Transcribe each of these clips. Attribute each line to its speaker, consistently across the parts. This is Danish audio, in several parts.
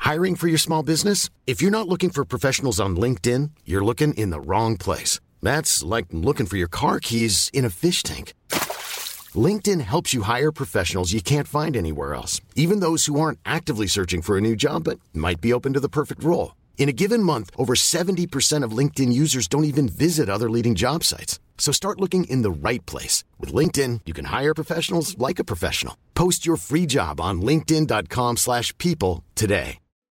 Speaker 1: Hiring for your small business? If you're not looking for professionals on LinkedIn, you're looking in the wrong place. That's like looking for your car keys in a fish tank. LinkedIn helps you hire professionals you can't find anywhere else, even those who aren't actively searching for a new job but might be open to the perfect role. In a given month, over 70% of LinkedIn users don't even visit other leading job sites. So start looking in the right place. With LinkedIn, you can hire professionals like a professional. Post your free job on linkedin.com/people today.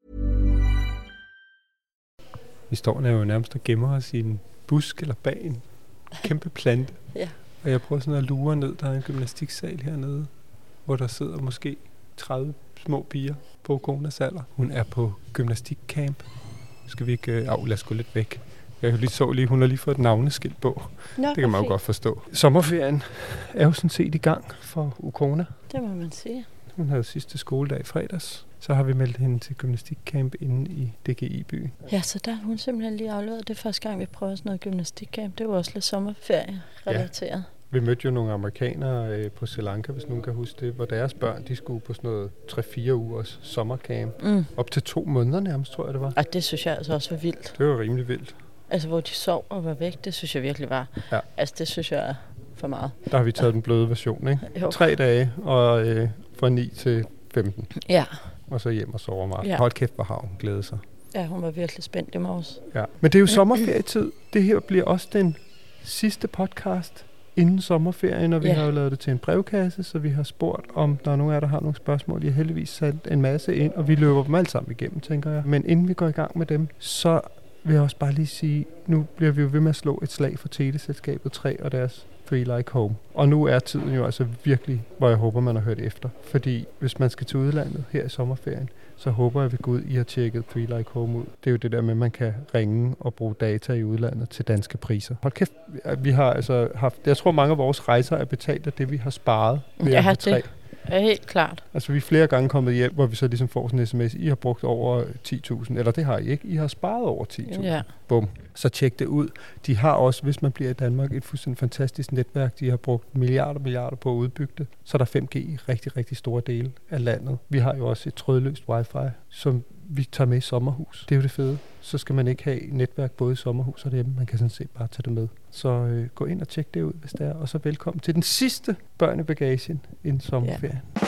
Speaker 2: Vi står jo nærmest og gemmer os i en busk eller bag en kæmpe plante.
Speaker 3: Ja.
Speaker 2: Og jeg prøver sådan at lure ned. Der er en gymnastiksal hernede, hvor der sidder måske 30 små piger på Konas alder. Hun er på gymnastikcamp. Skal vi ikke... lad os gå lidt væk. Jeg hun har lige fået et navneskilt på.
Speaker 3: Nå,
Speaker 2: det kan man jo godt forstå. Sommerferien er jo sådan set i gang for Ukona.
Speaker 3: Det må man sige.
Speaker 2: Hun havde sidste skoledag i fredags. Så har vi meldt hende til gymnastikcamp inde i DGI-byen.
Speaker 3: Ja, så der har hun simpelthen lige afleveret. Det første gang, vi prøver sådan noget gymnastikcamp. Det var også lidt sommerferie-relateret. Ja.
Speaker 2: Vi mødte jo nogle amerikanere på Sri Lanka, hvis nogen kan huske det, hvor deres børn, de skulle på sådan noget 3-4 ugers sommercamp. Op til 2 måneder nærmest, tror jeg det var.
Speaker 3: Og det synes jeg altså også var vildt.
Speaker 2: Det var rimelig vildt.
Speaker 3: Altså, hvor de sov og var væk, det synes jeg virkelig var. Ja. Altså, det synes jeg er for meget.
Speaker 2: Der har vi taget den bløde version, ikke?
Speaker 3: Jo.
Speaker 2: 3 dage, og fra 9 til 15.
Speaker 3: Ja.
Speaker 2: Og så hjem og sove om aftenen.
Speaker 3: Ja.
Speaker 2: Hold kæft, hvor har hun glædet sig.
Speaker 3: Ja, hun var virkelig spændt i morges.
Speaker 2: Ja. Men det er jo sommerferietid. Det her bliver også den sidste podcast inden sommerferien, og vi har jo lavet det til en brevkasse, så vi har spurgt, om der er nogen af jer, der har nogle spørgsmål. I har heldigvis sat en masse ind, og vi løber dem alle sammen igennem, tænker jeg. Men inden vi går i gang med dem, så vil jeg også bare lige sige, nu bliver vi jo ved med at slå et slag for teleselskabet 3 og deres Free Like Home. Og nu er tiden jo altså virkelig, hvor jeg håber, man har hørt efter. Fordi hvis man skal til udlandet her i sommerferien, så håber jeg, at vi går ud i at tjekke Free Like Home ud. Det er jo det der med, at man kan ringe og bruge data i udlandet til danske priser. Hold kæft, vi har altså haft... Jeg tror, mange af vores rejser er betalt af det, vi har sparet ved at have 3.
Speaker 3: Ja, helt klart.
Speaker 2: Altså vi er flere gange kommet hjem, hvor vi så ligesom får sådan en sms, I har brugt over 10.000, eller det har I ikke, I har sparet over 10.000.
Speaker 3: Ja.
Speaker 2: Bum. Så tjek det ud. De har også, hvis man bliver i Danmark, et fuldstændig fantastisk netværk. De har brugt milliarder på at udbygge det. Så er der 5G i rigtig, rigtig store dele af landet. Vi har jo også et trådløst wifi, som vi tager med i sommerhus. Det er jo det fede. Så skal man ikke have netværk både i sommerhus og hjemme. Man kan sådan set bare tage det med. Så gå ind og tjek det ud, hvis det er. Og så velkommen til den sidste børn i bagagen inden sommerferien. Ja.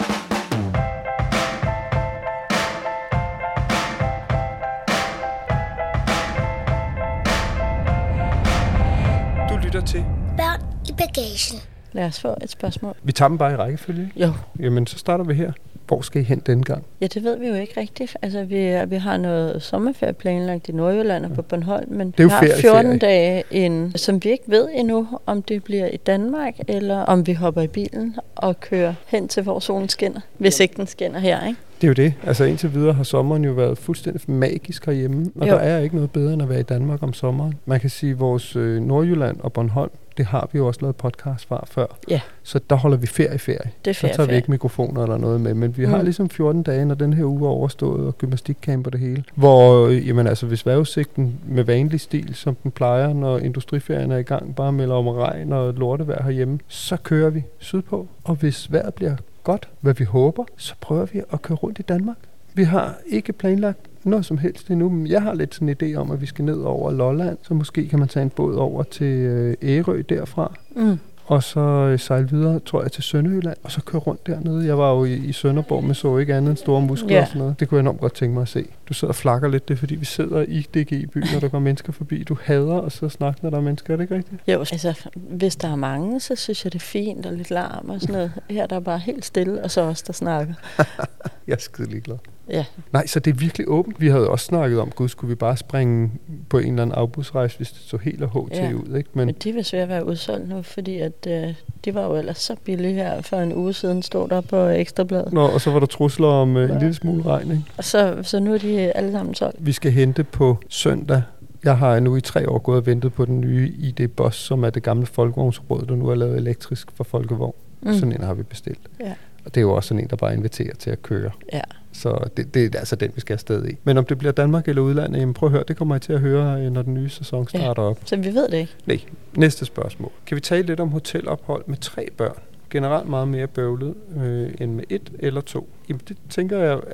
Speaker 2: Du lytter til
Speaker 4: Børn i bagagen.
Speaker 3: Lad os få et spørgsmål.
Speaker 2: Vi tager dem bare i rækkefølge.
Speaker 3: Jo.
Speaker 2: Jamen, så starter vi her. Hvor skal I hen denne gang?
Speaker 3: Ja, det ved vi jo ikke rigtigt. Altså, vi har noget sommerferie planlagt i Nordjylland og på Bornholm, men vi har 14 dage inden, som vi ikke ved endnu, om det bliver i Danmark, eller om vi hopper i bilen og kører hen til, hvor solen skinner, hvis ikke den skinner her, ikke?
Speaker 2: Det er jo det. Altså indtil videre har sommeren jo været fuldstændig magisk herhjemme, og der er ikke noget bedre end at være i Danmark om sommeren. Man kan sige, at vores Nordjylland og Bornholm, det har vi jo også lavet podcast fra før.
Speaker 3: Ja.
Speaker 2: Så der holder vi ferie.
Speaker 3: Det
Speaker 2: så tager vi ikke mikrofoner eller noget med, men vi har ligesom 14 dage, når den her uge er overstået, og gymnastikcamp og det hele. Hvor, jamen altså, hvis vejrudsigten med vanlig stil, som den plejer, når industriferien er i gang, bare melder om regn og lortevejr herhjemme, så kører vi sydpå. Og hvis vejret bliver godt, hvad vi håber, så prøver vi at køre rundt i Danmark. Vi har ikke planlagt noget som helst endnu, men jeg har lidt sådan en idé om, at vi skal ned over Lolland, så måske kan man tage en båd over til Ærø derfra, og så sejle videre, tror jeg, til Sønderjylland, og så køre rundt dernede. Jeg var jo i Sønderborg, men så ikke andet end store muskler og sådan noget. Det kunne jeg enormt godt tænke mig at se. Du sidder og flakker lidt, det er fordi, vi sidder i DGI-byen, når der går mennesker forbi. Du hader og så snakke, når der er mennesker, er det ikke rigtigt?
Speaker 3: Jo, altså, hvis der er mange, så synes jeg, det er fint og lidt larm og sådan noget. Her der er bare helt stille, og så os, der snakker.
Speaker 2: Jeg er skide ligeglad.
Speaker 3: Ja.
Speaker 2: Nej, så det er virkelig åbent. Vi havde også snakket om, gud, skulle vi bare springe på en eller anden afbudsrejse, hvis det så helt og HT ud, ikke?
Speaker 3: Men det vil svært være udsolgt nu, fordi at, det var jo ellers så billigt her for en uge siden, stod der på Ekstrabladet.
Speaker 2: Nå, og så var der trusler om en lille smule regn, ikke?
Speaker 3: Så nu er de alle sammen solgt.
Speaker 2: Vi skal hente på søndag. Jeg har nu i 3 år gået og ventet på den nye ID-Bus, som er det gamle folkevognsråd, der nu er lavet elektrisk for folkevogn. Sådan en har vi bestilt. Ja. Og det er jo også sådan en, der bare inviterer til at køre. Ja. Så det er altså den, vi skal afsted i. Men om det bliver Danmark eller udlandet, jamen prøv at høre, det kommer jeg til at høre, når den nye sæson starter op.
Speaker 3: Så vi ved det ikke.
Speaker 2: Nej. Næste spørgsmål. Kan vi tale lidt om hotelophold med 3 børn? Generelt meget mere bøvlet end med 1 eller 2. Jamen det tænker jeg, at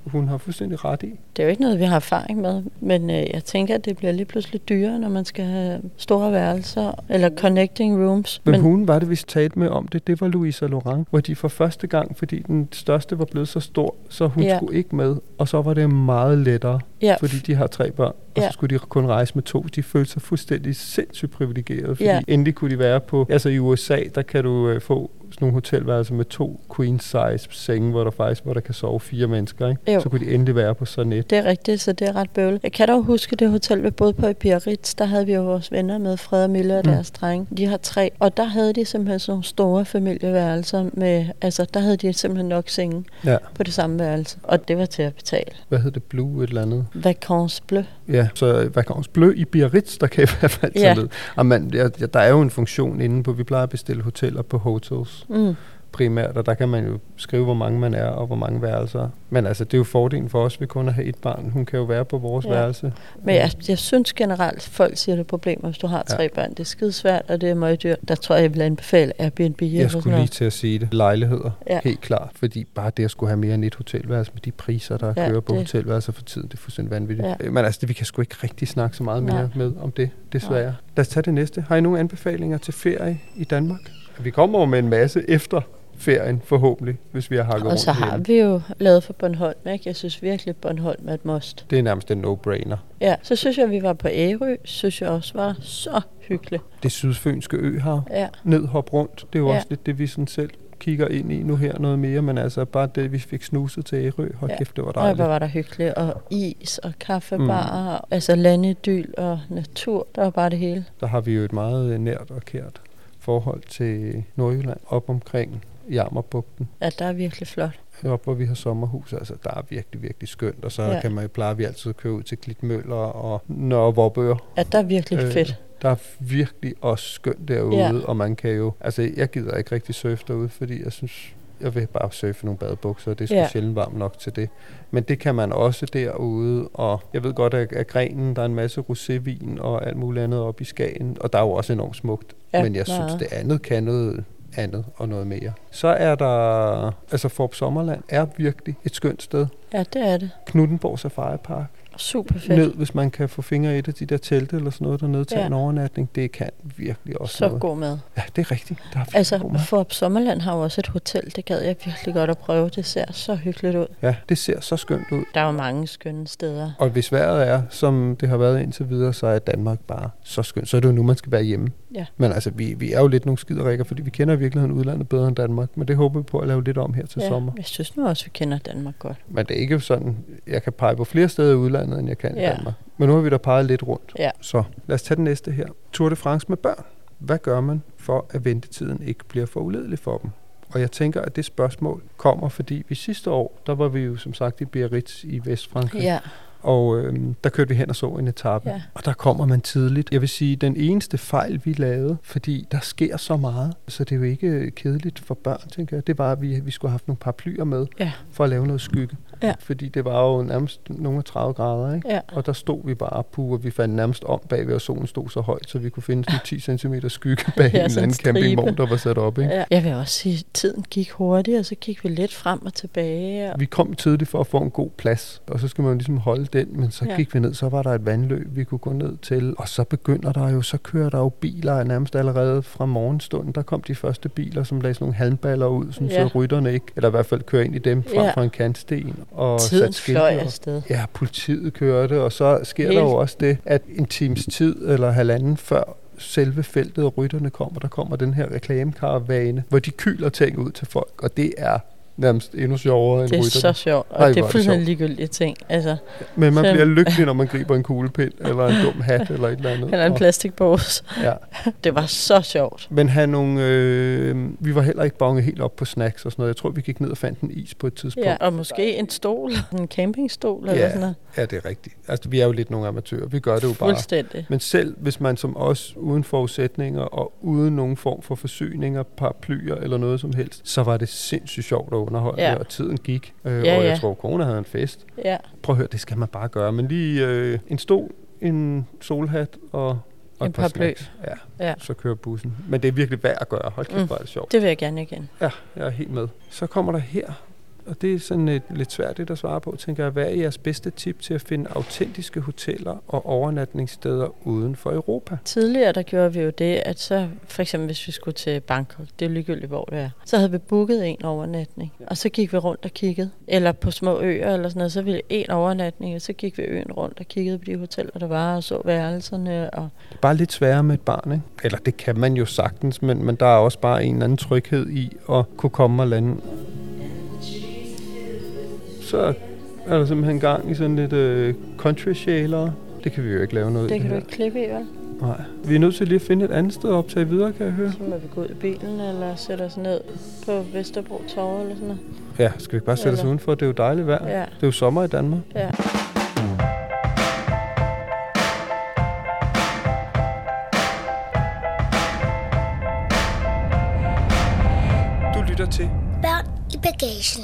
Speaker 2: hun har fuldstændig ret i.
Speaker 3: Det er jo ikke noget, vi har erfaring med, men jeg tænker, at det bliver lige pludselig dyrere, når man skal have store værelser eller connecting rooms.
Speaker 2: Men hun var det, vi talte med om det. Det var Louise og Laurent, hvor de for første gang, fordi den største var blevet så stor, så hun skulle ikke med. Og så var det meget lettere, fordi de har 3 børn. Og så skulle de kun rejse med 2. De følte sig fuldstændig sindssygt privilegerede, fordi endelig kunne de være på... Altså i USA, der kan du få sådan nogle hotelværelser med 2 queen size senge, hvor der kan sove 4 mennesker, ikke? Så kunne de endelig være på sådan et.
Speaker 3: Det er rigtigt, så det er ret bøvlet. Jeg kan dog huske det hotel, vi boede på i Biarritz. Der havde vi jo vores venner med, Fred og Mille og deres drenge. De har 3, og der havde de simpelthen sådan nogle store familieværelser med... Altså, der havde de simpelthen nok senge på det samme værelse, og det var til at betale.
Speaker 2: Hvad hed det? Blue et eller andet?
Speaker 3: Vacances Bleu.
Speaker 2: Ja, så Vacances Bleu i Biarritz, der kan i hvert fald tage ned. Og der er jo en funktion inde på, vi plejer at bestille hoteller på hotels. Primært, og der kan man jo skrive, hvor mange man er, og hvor mange værelser. Men altså, det er jo fordelen for os, vi kun har 1 barn. Hun kan jo være på vores værelse.
Speaker 3: Men jeg synes generelt, folk siger, det er problemer, hvis du har 3 børn. Det er skidesvært, og det er meget dyrt. Der tror jeg vil anbefale Airbnb.
Speaker 2: Jeg skulle lige til at sige det. Lejligheder, helt klart. Fordi bare det at skulle have mere end 1 hotelværelse med de priser, der kører på hotelværelser for tiden, det er fuldstændig vanvittigt. Men altså, vi kan sgu ikke rigtig snakke så meget mere med om det, desværre. Lad os tage det næste. Har I nogle anbefalinger til ferie i Danmark? Vi kommer med en masse efter ferien, forhåbentlig, hvis vi har hakket rundt.
Speaker 3: Og så har vi jo lavet for Bornholm, ikke? Jeg synes virkelig, Bornholm er et must.
Speaker 2: Det er nærmest en no-brainer.
Speaker 3: Ja, så synes jeg, at vi var på Ærø, synes jeg også var så hyggeligt.
Speaker 2: Det sydfynske øhav, ned hop rundt, det er jo også lidt det, vi sådan selv kigger ind i nu her noget mere, men altså bare det, vi fik snuset til Ærø, hold kæft, det var dejligt.
Speaker 3: Og hvor var der hyggeligt, og is og kaffebar, altså landidyl og natur, der var bare det hele.
Speaker 2: Der har vi jo et meget nært og kært forhold til Nordjylland, op omkring Jammerbugten.
Speaker 3: Ja, der er virkelig flot.
Speaker 2: Op hvor vi har sommerhus, altså der er virkelig, virkelig skønt, og så kan man plejer vi altid at køre ud til Klitmøller og Nørre Vorbøger.
Speaker 3: Ja, der er virkelig fedt.
Speaker 2: Der er virkelig også skønt derude, og man kan jo, altså jeg gider ikke rigtig surfe derude, fordi jeg synes, jeg vil bare surfe nogle badebukser, og det er sgu sjældent varmt nok til det. Men det kan man også derude, og jeg ved godt, at grenen, der er en masse rosévin og alt muligt andet op i Skagen, og der er jo også enormt smukt, men jeg synes, det andet kan noget andet og noget mere. Så er der, altså Fårup Sommerland er virkelig et skønt sted.
Speaker 3: Ja, det er det.
Speaker 2: Knuthenborg Safari Park.
Speaker 3: Super fedt.
Speaker 2: Ned, hvis man kan få fingre i et af de der telte eller sådan noget dernede til en overnatning, det kan virkelig også
Speaker 3: så
Speaker 2: noget.
Speaker 3: god mad.
Speaker 2: Ja, det er rigtigt. Der er
Speaker 3: altså, Fårup Sommerland har jo også et hotel, det gad jeg virkelig godt at prøve. Det ser så hyggeligt ud.
Speaker 2: Ja, det ser så skønt ud.
Speaker 3: Der er jo mange skønne steder.
Speaker 2: Og hvis vejret er, som det har været indtil videre, så er Danmark bare så skønt. Så er det jo nu, man skal være hjemme.
Speaker 3: Ja.
Speaker 2: Men altså, vi er jo lidt nogle skiderikker, fordi vi kender i virkeligheden udlandet bedre end Danmark. Men det håber vi på at lave lidt om her til sommer.
Speaker 3: Jeg synes nu også, vi kender Danmark godt.
Speaker 2: Men det er ikke sådan, jeg kan pege på flere steder i udlandet, end jeg kan i Danmark. Men nu har vi da peget lidt rundt.
Speaker 3: Ja.
Speaker 2: Så lad os tage den næste her. Tour de France med børn. Hvad gør man for, at ventetiden ikke bliver for uledelig for dem? Og jeg tænker, at det spørgsmål kommer, fordi vi sidste år, der var vi jo som sagt i Biarritz i Vestfrankrig.
Speaker 3: Ja.
Speaker 2: Og der kørte vi hen og så en etape, og der kommer man tidligt. Jeg vil sige, den eneste fejl, vi lavede, fordi der sker så meget, så det er jo ikke kedeligt for børn, tænker jeg. Det var, at vi skulle have haft nogle paraplyer med, for at lave noget skygge. Ja. Fordi det var jo nærmest nogle 30 grader, ikke? Ja. Og der stod vi bare på, og vi fandt nærmest om bagved, og solen stod så højt, så vi kunne finde sådan 10 cm skygge bag en eller anden campingvogn, der var sat op, ikke?
Speaker 3: Ja. Jeg vil også sige, at tiden gik hurtigt, og så gik vi lidt frem og tilbage.
Speaker 2: Vi kom tidligt for at få en god plads, og så skal man ligesom holde den, men så gik vi ned, så var der et vandløb, vi kunne gå ned til, og så begynder der jo, så kører der jo biler nærmest allerede fra morgenstunden. Der kom de første biler, som lagde sådan nogle halmballer ud, sådan, så rytterne ikke, eller i hvert fald kører ind i dem frem for en kantsten. Og
Speaker 3: tiden fløj afsted.
Speaker 2: Ja, politiet kørte, og så sker der jo også det, at en times tid eller halvanden før selve feltet og rytterne kommer, der kommer den her reklamekaravane, hvor de kyler ting ud til folk, og det er nærmest endnu sjovere end rytterne.
Speaker 3: Det er så sjovt, og det er fuldstændig ligegyldige ting. Altså,
Speaker 2: men man bliver lykkelig, når man griber en kuglepind, eller en dum hat, eller et eller andet.
Speaker 3: Eller en plastikpose. Ja. Det var så sjovt.
Speaker 2: Men vi var heller ikke bange helt op på snacks og sådan noget. Jeg tror, vi gik ned og fandt en is på et tidspunkt.
Speaker 3: Ja, og måske en stol, en campingstol eller sådan noget.
Speaker 2: Ja, det er rigtigt. Altså, vi er jo lidt nogle amatører. Vi gør det jo bare.
Speaker 3: Fuldstændig.
Speaker 2: Men selv hvis man som os, uden forudsætninger og uden nogen form for forsyninger, paraplyer eller noget som helst, så var det sindssygt sjovt at underholde, og tiden gik. Og jeg tror, kone havde en fest. Ja. Prøv at høre, det skal man bare gøre. Men lige en stol, en solhat og et par snacks. Ja, så kører bussen. Men det er virkelig værd at gøre. Hold kæft, hvor er det sjovt.
Speaker 3: Det vil jeg gerne igen.
Speaker 2: Ja, jeg er helt med. Så kommer der her. Og det er sådan lidt svært at svare på, tænker jeg. Hvad er jeres bedste tip til at finde autentiske hoteller og overnatningssteder uden for Europa?
Speaker 3: Tidligere der gjorde vi jo det, at så for eksempel hvis vi skulle til Bangkok, det er ligegyldigt hvor det er, så havde vi booket en overnatning, og så gik vi rundt og kiggede. Eller på små øer eller sådan noget, så ville en overnatning, og så gik vi øen rundt og kiggede på de hoteller, der var, og så værelserne. Og
Speaker 2: det er bare lidt sværere med et barn, ikke? Eller det kan man jo sagtens, men der er også bare en eller anden tryghed i at kunne komme og lande. Så er der simpelthen gang i sådan lidt country sjælere. Det kan vi jo ikke lave noget.
Speaker 3: Det kan du ikke klippe i, vel?
Speaker 2: Nej. Vi er nødt til lige at finde et andet sted at optage videre, kan jeg høre.
Speaker 3: Så må vi gå ud i bilen eller sætte os ned på Vesterbro Torv eller sådan noget.
Speaker 2: Ja, skal vi ikke bare sætte os udenfor? Det er jo dejligt vejr.
Speaker 3: Ja.
Speaker 2: Det er jo sommer i Danmark.
Speaker 3: Ja.
Speaker 2: Du lytter til
Speaker 4: Børn i bagagen.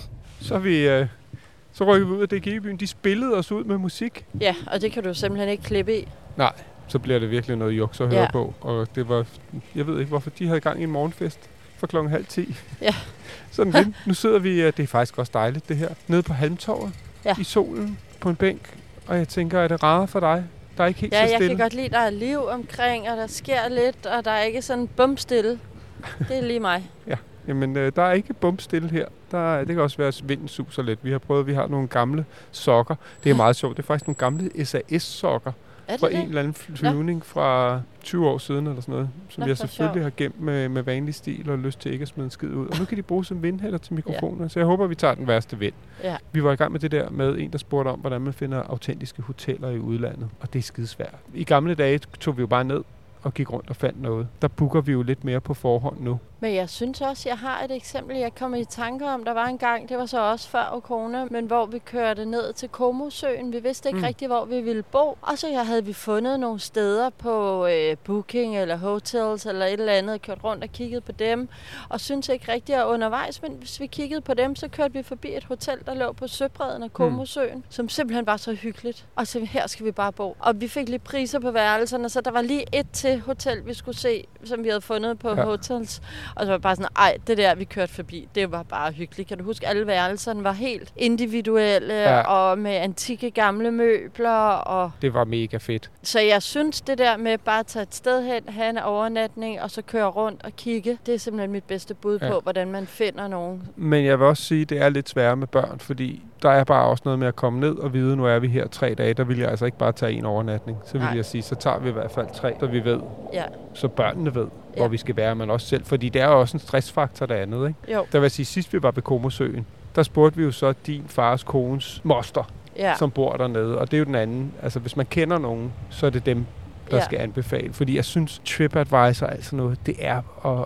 Speaker 2: Så rykker vi ud af DGI-byen. De spillede os ud med musik.
Speaker 3: Ja, og det kan du simpelthen ikke klippe i.
Speaker 2: Nej, så bliver det virkelig noget juks at høre på. Og det var, jeg ved ikke hvorfor, de havde gang i en morgenfest fra 9:30.
Speaker 3: Ja.
Speaker 2: Sådan lidt. Nu sidder vi, det er faktisk også dejligt det her, nede på Halmtorvet i solen på en bænk. Og jeg tænker, er det rart for dig? Der er ikke helt så stille.
Speaker 3: Ja, jeg kan godt lide, der er liv omkring, og der sker lidt, og der er ikke sådan bumstille. Det er lige mig.
Speaker 2: Ja. Jamen, der er ikke bumstille her. Det kan også være, at vinden suser lidt. Vi har nogle gamle sokker. Det er meget sjovt. Det er faktisk nogle gamle SAS-sokker fra en eller anden flyvning fra 20 år siden eller sådan noget, som jeg selvfølgelig har gemt med vanlig stil og lyst til ikke at smide en skid ud. Og nu kan de bruges som vindhælder til mikrofoner, så jeg håber, vi tager den værste vind. Ja. Vi var i gang med det der med en, der spurgte om, hvordan man finder autentiske hoteller i udlandet, og det er skidesvært. I gamle dage tog vi jo bare ned og gik rundt og fandt noget. Der booker vi jo lidt mere på forhånd nu.
Speaker 3: Men jeg synes også, jeg har et eksempel, jeg kom i tanke om. Der var en gang, det var så også før corona, men hvor vi kørte ned til Comosøen. Vi vidste ikke rigtig, hvor vi ville bo. Og så havde vi fundet nogle steder på Booking eller Hotels eller et eller andet, kørt rundt og kigget på dem. Og synes ikke rigtig at undervejs, men hvis vi kiggede på dem, så kørte vi forbi et hotel, der lå på søbredden af Comosøen, som simpelthen var så hyggeligt. Og så her skal vi bare bo. Og vi fik lige priser på værelserne, så der var lige et til hotel, vi skulle se, som vi havde fundet på Hotels. Og så var bare sådan, det der, vi kørte forbi, det var bare hyggeligt. Kan du huske, alle værelserne var helt individuelle og med antikke gamle møbler. Og
Speaker 2: det var mega fedt.
Speaker 3: Så jeg synes, det der med bare at tage et sted hen, have en overnatning, og så køre rundt og kigge, det er simpelthen mit bedste bud på, hvordan man finder nogen.
Speaker 2: Men jeg vil også sige, det er lidt sværere med børn, fordi der er bare også noget med at komme ned og vide, nu er vi her 3 dage, der vil jeg altså ikke bare tage en overnatning. Så vil jeg sige, så tager vi i hvert fald 3, så vi ved. Ja. Så børnene ved, hvor vi skal være, men også selv. Fordi det er jo også en stressfaktor, der andet, ikke? Jo. Der vil jeg sige, sidst vi var ved Comosøen, der spurgte vi jo så din fars kones moster, som bor dernede. Og det er jo den anden. Altså, hvis man kender nogen, så er det dem, der skal anbefale. Fordi jeg synes, TripAdvisor, altså noget, det er,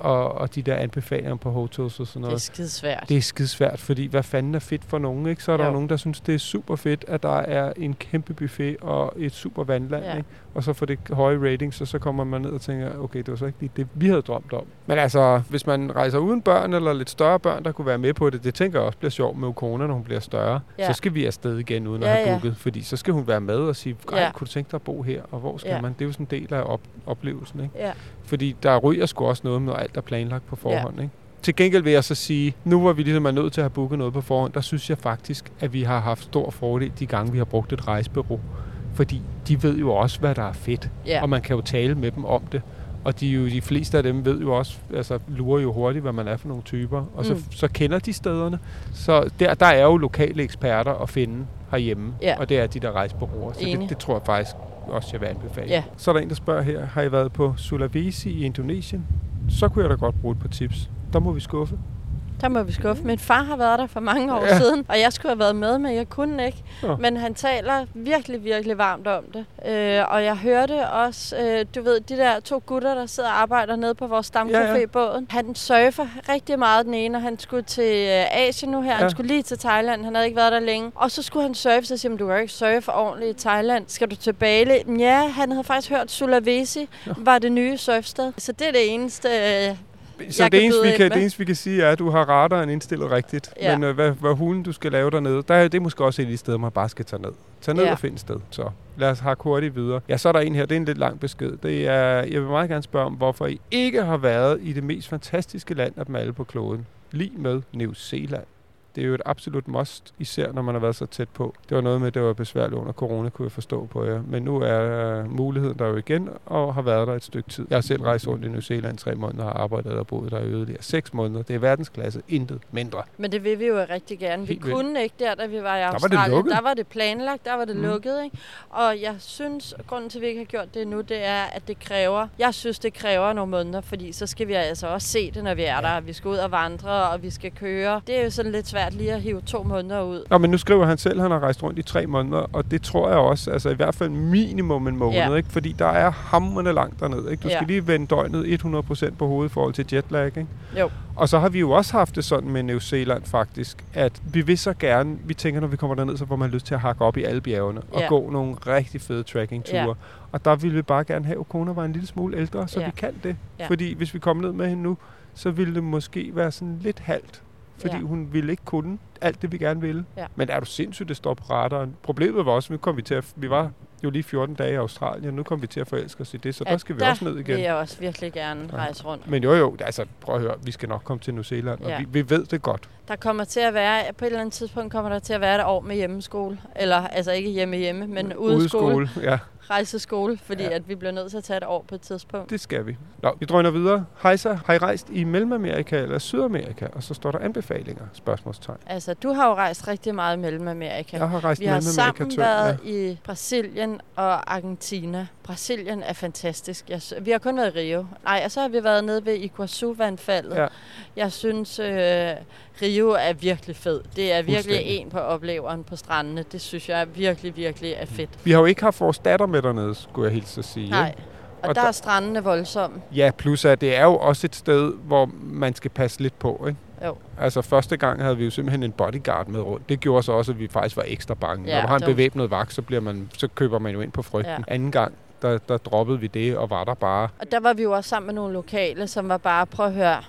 Speaker 2: og de der anbefalinger på hotels og sådan noget.
Speaker 3: Det er skidesvært.
Speaker 2: Det er skidesvært, fordi hvad fanden er fedt for nogen, ikke? Så er der nogen, der synes, det er super fedt, at der er en kæmpe buffet og et super vandland, ikke? Og så får det høje ratings, og så kommer man ned og tænker, okay, det var så ikke lige det, vi havde drømt om. Men altså, hvis man rejser uden børn, eller lidt større børn, der kunne være med på det, det tænker jeg også bliver sjovt med corona, når hun bliver større. Så skal vi afsted igen, uden at have booket, fordi så skal hun være med og sige, kunne du tænke dig at bo her, og hvor skal man? Det er jo sådan en del af oplevelsen, ikke? Ja. Fordi der ryger sgu også noget med alt, der er planlagt på forhånd, ikke? Til gengæld vil jeg så sige, nu hvor vi ligesom er nødt til at have booket noget på forhånd, der synes jeg faktisk, at vi har haft stor fordel de gange, vi har brugt et rejsebureau. Fordi de ved jo også, hvad der er fedt, og man kan jo tale med dem om det. Og de fleste af dem ved jo også, altså lurer jo hurtigt, hvad man er for nogle typer, og så kender de stederne. Så der er jo lokale eksperter at finde herhjemme, og det er de der rejsebureauer. Så det tror jeg faktisk også, jeg vil anbefale. Ja. Så er der en, der spørger her, har I været på Sulawesi i Indonesien? Så kunne jeg da godt bruge et par tips. Der må vi skuffe.
Speaker 3: Der må vi skuffe. Min far har været der for mange år siden, og jeg skulle have været med, men jeg kunne ikke. Ja. Men han taler virkelig, virkelig varmt om det. Og jeg hørte også, du ved, de der 2 gutter, der sidder og arbejder nede på vores stamcafé-båden. Han surfer rigtig meget den ene, og han skulle til Asien nu her. Han skulle lige til Thailand, han havde ikke været der længe. Og så skulle han surfe, så siger han, du kan ikke surfe ordentligt i Thailand. Skal du til Bali? Ja, han havde faktisk hørt, Sulawesi var det nye surfsted. Så det er det eneste...
Speaker 2: Så det eneste, vi kan sige, er, at du har radaren indstillet rigtigt. Ja. Men hvad hulen du skal lave dernede, det er måske også et af de steder, man bare skal tage ned. Tag ned og find sted. Så lad os hakke hurtigt videre. Ja, så er der en her, det er en lidt lang besked. Det er, jeg vil meget gerne spørge om, hvorfor I ikke har været i det mest fantastiske land af dem alle på kloden. Lige med New Zealand. Det er jo et absolut must, især når man har været så tæt på. Det var noget med, at det var besværligt under corona, kunne jeg forstå på jer. Men nu er muligheden der jo igen, og har været der et stykke tid. Jeg har selv rejst rundt i New Zealand 3 måneder, har arbejdet og boet der i yderligere 6 måneder. Det er verdensklasse, intet mindre. Men
Speaker 3: det vil vi jo rigtig gerne. Vi kunne ikke da vi var i Australien. Der var det planlagt, der var det lukket. Ikke? Og jeg synes, grunden til, at vi ikke har gjort det nu, det er, at det kræver nogle måneder, fordi så skal vi altså også se det, når vi er der. Vi skal ud og vandre, og vi skal køre. Det er jo sådan lidt svært lige at hive 2 måneder ud.
Speaker 2: Nå, men nu skriver han selv, at han har rejst rundt i 3 måneder, og det tror jeg også, altså i hvert fald minimum en måned, ikke? Fordi der er hamrende langt dernede. Ikke? Du skal lige vende døgnet 100% på hovedet i forhold til jetlag. Ikke?
Speaker 3: Jo.
Speaker 2: Og så har vi jo også haft det sådan med New Zealand faktisk, at vi vil så gerne, vi tænker, når vi kommer derned, så får man lyst til at hakke op i alle bjergene og gå nogle rigtig fede trekkingture. Og der ville vi bare gerne have, at Kona var en lille smule ældre, så vi kan det. Fordi hvis vi kommer ned med hende nu, så ville det måske være sådan lidt halvt. Fordi hun ville ikke kunne alt det, vi gerne ville. Ja. Men er du sindssygt, det står på radaren. Problemet var også, vi var jo lige 14 dage i Australien, nu kom vi til at forelske os i det, så der skal vi også ned igen.
Speaker 3: Det vil jeg også virkelig gerne rejse rundt.
Speaker 2: Men jo, altså prøv at høre, vi skal nok komme til New Zealand, og vi ved det godt.
Speaker 3: Der kommer til at være, på et eller andet tidspunkt kommer der til at være et år med hjemmeskole. Eller altså ikke hjemme, men udeskole. Rejseskole, fordi at vi bliver nødt til at tage et år på et tidspunkt.
Speaker 2: Det skal vi. Nå, vi drøner videre. Hejsa, har I rejst i Mellemamerika eller Sydamerika? Og så står der anbefalinger, spørgsmålstegn.
Speaker 3: Altså, du har jo rejst rigtig meget i Mellemamerika.
Speaker 2: Jeg har rejst i Mellemamerika.
Speaker 3: Vi har sammen været i Brasilien og Argentina. Brasilien er fantastisk. Vi har kun været i Rio. Nej, og så har vi været nede ved Iguazu-vandfaldet. Ja. Jeg synes, Rio er virkelig fed. Det er virkelig en på opleveren på strandene. Det synes jeg virkelig, virkelig er fedt.
Speaker 2: Vi har jo ikke haft vores datter med dernede, skulle jeg hilse at sige.
Speaker 3: Nej, og der er strandene voldsomme.
Speaker 2: Ja, plus at det er jo også et sted, hvor man skal passe lidt på, ikke?
Speaker 3: Jo.
Speaker 2: Altså første gang havde vi jo simpelthen en bodyguard med rundt. Det gjorde så også, at vi faktisk var ekstra bange. Når du har en bevæbnet vagt, så køber man jo ind på frygten. Ja. Anden gang, der droppede vi det og var der bare.
Speaker 3: Og der var vi jo også sammen med nogle lokale, som var bare, prøv at høre,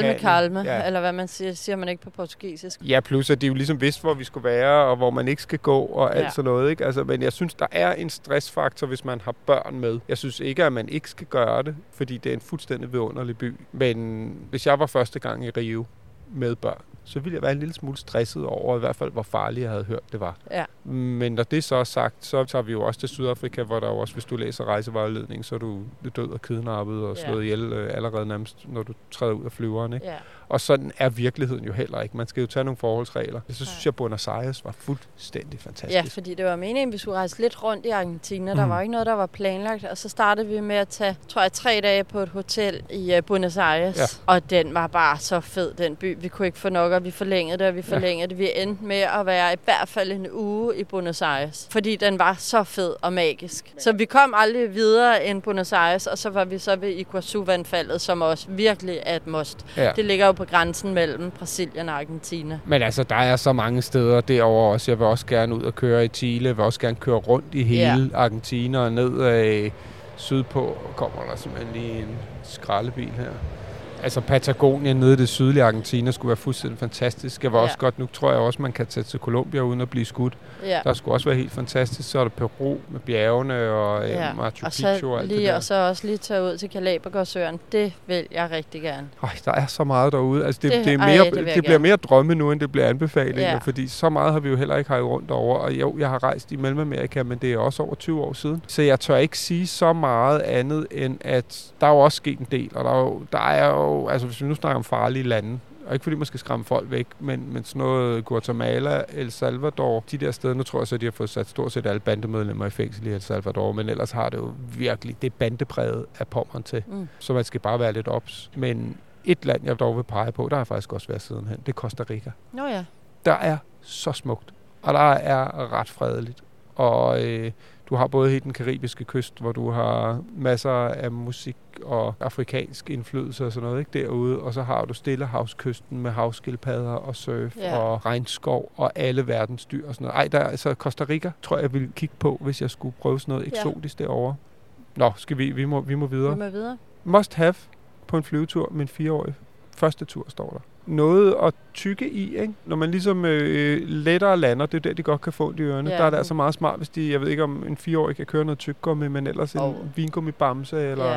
Speaker 3: kalme, eller hvad man siger man ikke på portugisisk.
Speaker 2: Ja, plus at de jo ligesom vidste, hvor vi skulle være, og hvor man ikke skal gå, og alt sådan noget, ikke? Altså, men jeg synes, der er en stressfaktor, hvis man har børn med. Jeg synes ikke, at man ikke skal gøre det, fordi det er en fuldstændig vidunderlig by. Men hvis jeg var første gang i Rio med børn, så ville jeg være en lille smule stresset over, i hvert fald, hvor farligt jeg havde hørt, det var. Ja. Men når det så er sagt, så tager vi jo også til Sydafrika, hvor der jo også, hvis du læser rejsevejledning, så er du død og kidnappet og slået ihjel allerede nærmest, når du træder ud af flyveren, ikke? Ja. Og sådan er virkeligheden jo heller ikke. Man skal jo tage nogle forholdsregler. Så synes jeg, Buenos Aires var fuldstændig fantastisk. Ja,
Speaker 3: fordi det var meningen, at vi skulle rejse lidt rundt i Argentina. Der var ikke noget, der var planlagt. Og så startede vi med at tage, 3 dage på et hotel i Buenos Aires. Ja. Og den var bare så fed, den by. Vi kunne ikke få nok, og vi forlængede det, og vi forlængede det. Vi endte med at være i hvert fald en uge i Buenos Aires. Fordi den var så fed og magisk. Så vi kom aldrig videre end Buenos Aires, og så var vi så ved Iguazu-vandfaldet, som også virkelig er et must. Ja. Det ligger jo på grænsen mellem Brasilien og Argentina.
Speaker 2: Men altså, der er så mange steder derovre også. Jeg vil også gerne ud og køre i Chile. Jeg vil også gerne køre rundt i hele Argentina og ned af sydpå. Kommer der simpelthen lige en skraldebil her. Altså Patagonien nede i det sydlige Argentina skulle være fuldstændig fantastisk. Jeg var også godt, nu tror jeg også, man kan tage til Colombia uden at blive skudt. Ja. Der skulle også være helt fantastisk. Så er der Peru med bjergene og Machu Picchu og alt det der.
Speaker 3: Og så også lige tage ud til Galapagosøerne. Det vil jeg rigtig gerne.
Speaker 2: Der er så meget derude. Altså det bliver mere drømme nu, end det bliver anbefalinger. Fordi så meget har vi jo heller ikke haft rundt over. Og jo, jeg har rejst i Mellemamerika, men det er også over 20 år siden. Så jeg tør ikke sige så meget andet, end at der er jo også sket en del. Og der er jo altså hvis vi nu snakker om farlige lande, og ikke fordi man skal skræmme folk væk, men sådan noget Guatemala, El Salvador, de der steder, nu tror jeg så, de har fået sat stort set alle bandemedlemmer i fængsel i El Salvador, men ellers har det jo virkelig, det bandepræget af Pommern til. Så man skal bare være lidt ops. Men et land, jeg dog vil pege på, der har faktisk også været sidenhen, det er Costa Rica.
Speaker 3: Nå ja.
Speaker 2: Der er så smukt, og der er ret fredeligt. Og du har både hele den karibiske kyst, hvor du har masser af musik og afrikansk indflydelse og sådan noget, ikke, derude. Og så har du Stillehavskysten med havskildpadder og surf og regnskov og alle verdens dyr og sådan noget. Altså Costa Rica tror jeg ville kigge på, hvis jeg skulle prøve sådan noget eksotisk derovre. Nå, skal vi må videre. Vi må videre. Must have på en flyvetur med en 4-årig. Første tur står der. Noget at tykke i, ikke? Når man ligesom lettere lander, det er der, de godt kan få ondt i ørerne. Der er det altså meget smart, hvis jeg ved ikke om en 4-årig kan køre noget tyggegummi, men ellers en vingummibamse eller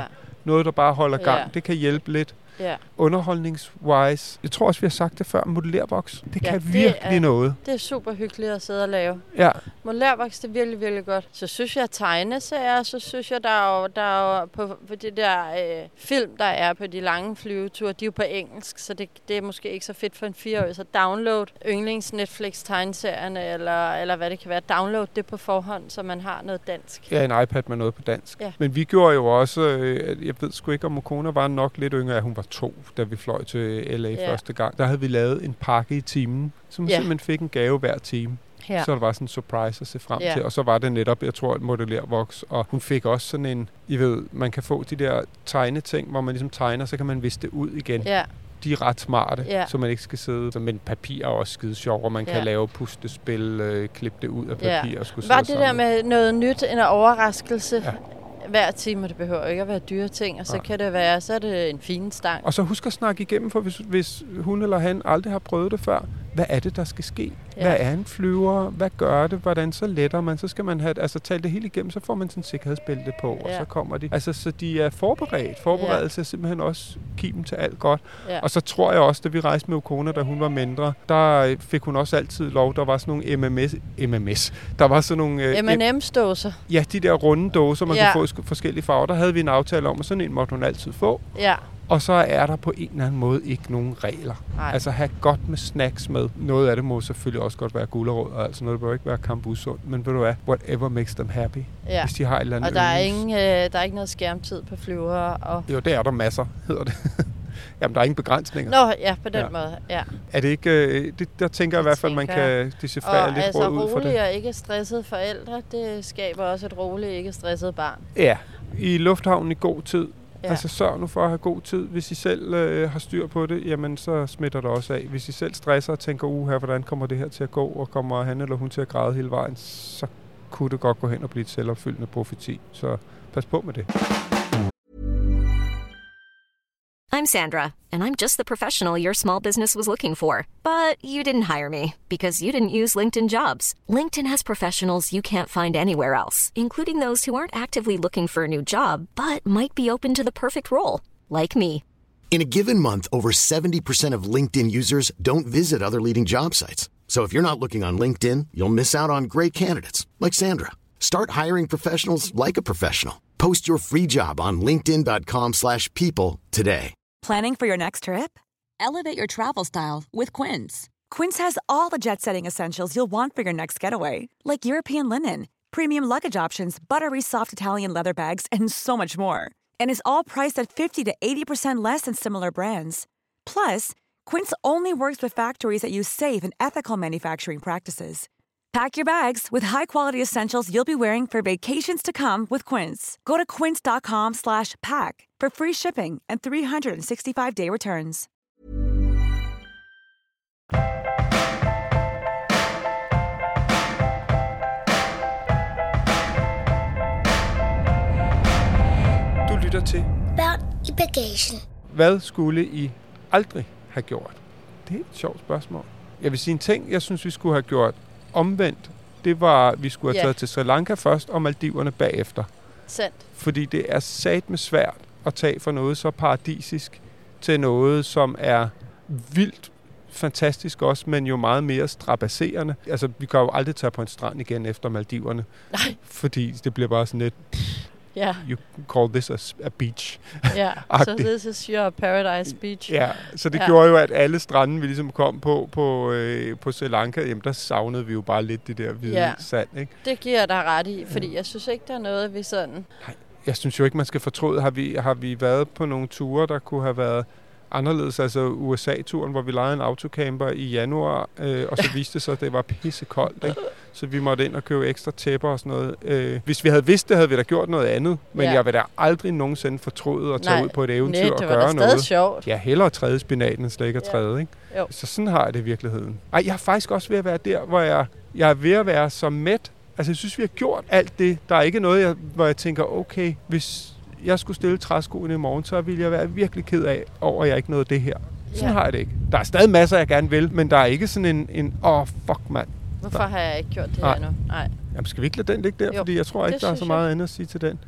Speaker 2: noget, der bare holder gang. Det kan hjælpe lidt.
Speaker 3: Ja.
Speaker 2: Underholdningswise. Jeg tror også, vi har sagt det før, modellervoks. Det kan virkelig noget.
Speaker 3: Det er super hyggeligt at sidde og lave.
Speaker 2: Ja.
Speaker 3: Modellervoks, det er virkelig, virkelig godt. Så synes jeg tegneserier, så synes jeg, der er jo på det der film, der er på de lange flyveture, de er jo på engelsk, så det er måske ikke så fedt for en 4-årig. Så download yndlings Netflix tegneserierne, eller hvad det kan være. Download det på forhånd, så man har noget dansk.
Speaker 2: Ja, en iPad med noget på dansk.
Speaker 3: Ja.
Speaker 2: Men vi gjorde jo også, jeg ved sgu ikke, om Okona var nok lidt yngre, hun var 2, da vi fløj til LA første gang. Der havde vi lavet en pakke i timen, som simpelthen fik en gave hver time. Ja. Så der var sådan en surprise at se frem til. Og så var det netop, jeg tror, et modellervoks. Og hun fik også sådan en, I ved, man kan få de der tegneting, hvor man ligesom tegner, så kan man vise det ud igen. Ja. De er ret smarte, så man ikke skal sidde. Men papir er også skide sjov, og man kan lave pustespil, klippe det ud af papir. Og skulle
Speaker 3: var det der med noget nyt, en overraskelse? Ja. Hver time, det behøver ikke at være dyre ting, og så kan det være, så er det en fin stang.
Speaker 2: Og så husk at snakke igennem, for hvis hun eller han aldrig har prøvet det før, hvad er det, der skal ske? Ja. Hvad er en flyver? Hvad gør det? Hvordan så letter man? Så skal man have, tale det hele igennem, så får man sådan en sikkerhedsbælte på, og så kommer de. Så de er forberedt. Forberedelse er simpelthen også kimen til alt godt. Ja. Og så tror jeg også, da vi rejste med Okona, da hun var mindre, der fik hun også altid lov. Der var sådan nogle MMS. Der var sådan nogle
Speaker 3: M&M's-dåser.
Speaker 2: Ja, de der runde dåser, man kunne få i forskellige farver. Der havde vi en aftale om, og sådan en måtte hun altid få. Ja. Og så er der på en eller anden måde ikke nogen regler. Nej. Altså have godt med snacks med. Noget af det må selvfølgelig også godt være gulerod, og altså noget bør ikke være kambusund. Men ved du hvad? Whatever makes them happy. Ja. Hvis de har et eller andet.
Speaker 3: Og der er ikke noget skærmtid på flyvere. Og
Speaker 2: jo, det er der masser, hedder det. Jamen, der er ingen begrænsninger.
Speaker 3: Nå, ja, på den måde, ja.
Speaker 2: Er det ikke... der tænker jeg i hvert fald, man kan decifrere lidt råd ud for det.
Speaker 3: Rolige og ikke stresset forældre, det skaber også et roligt, ikke stresset barn.
Speaker 2: Ja, i lufthavnen i god tid. Ja. Altså sørg nu for at have god tid. Hvis I selv har styr på det, jamen så smitter det også af. Hvis I selv stresser og tænker, her, hvordan kommer det her til at gå, og kommer han eller hun til at græde hele vejen, så kunne det godt gå hen og blive et selvopfyldende profeti. Så pas på med det.
Speaker 5: I'm Sandra, and I'm just the professional your small business was looking for. But you didn't hire me because you didn't use LinkedIn Jobs. LinkedIn has professionals you can't find anywhere else, including those who aren't actively looking for a new job, but might be open to the perfect role, like me.
Speaker 1: In a given month, over 70% of LinkedIn users don't visit other leading job sites. So if you're not looking on LinkedIn, you'll miss out on great candidates like Sandra. Start hiring professionals like a professional. Post your free job on linkedin.com/people today.
Speaker 6: Planning for your next trip? Elevate your travel style with Quince. Quince has all the jet-setting essentials you'll want for your next getaway, like European linen, premium luggage options, buttery soft Italian leather bags, and so much more. And is all priced at 50 to 80% less than similar brands. Plus, Quince only works with factories that use safe and ethical manufacturing practices. Pack your bags with high-quality essentials you'll be wearing for vacations to come with Quince. Go to quince.com/pack for free shipping and 365-day returns.
Speaker 2: Du lytter til
Speaker 4: Børn i bagagen.
Speaker 2: Hvad skulle I aldrig have gjort? Det er et sjovt spørgsmål. Jeg vil sige en ting, jeg synes, vi skulle have gjort omvendt. Det var, at vi skulle have taget til Sri Lanka først, og Maldiverne bagefter.
Speaker 3: Sandt.
Speaker 2: Fordi det er satme svært at tage fra noget så paradisisk til noget, som er vildt fantastisk også, men jo meget mere strabasserende. Altså, vi kan jo aldrig tage på en strand igen efter Maldiverne. Nej. Fordi det bliver bare sådan lidt... You call this a beach.
Speaker 3: Ja, so this is your paradise beach.
Speaker 2: Ja, så det gjorde jo, at alle stranden, vi ligesom kom på Sri Lanka, jamen der savnede vi jo bare lidt det der hvide sand, ikke?
Speaker 3: Det giver jeg dig ret i, fordi jeg synes ikke, der er noget, vi sådan...
Speaker 2: Nej, jeg synes jo ikke, man skal fortryde. Har vi været på nogle ture, der kunne have været anderledes, altså USA-turen, hvor vi lejede en autocamper i januar, og så viste det sig, at det var pissekoldt, ikke? Så vi måtte ind og købe ekstra tæpper og sådan noget. Hvis vi havde vidst det, havde vi da gjort noget andet, men jeg vil da aldrig nogensinde fortryde at tage ud på et eventyr og gøre noget.
Speaker 3: Det var sjovt.
Speaker 2: Ja, hellere træde spinaten end slet ikke at træde, ikke? Jo. Så sådan har jeg det i virkeligheden. Jeg er faktisk også ved at være der, hvor jeg er ved at være så mæt. Altså, jeg synes, vi har gjort alt det. Der er ikke noget, hvor jeg tænker, okay, hvis jeg skulle stille træskoene i morgen, så ville jeg være virkelig ked af over, at jeg ikke nåede det her. Sådan har jeg det ikke. Der er stadig masser, jeg gerne vil, men der er ikke sådan en fuck, mand.
Speaker 3: Hvorfor har jeg ikke gjort det her endnu? Nej.
Speaker 2: Jamen, skal vi ikke lade den ligge der? Jo, fordi jeg tror ikke, der er så meget andet at sige til den.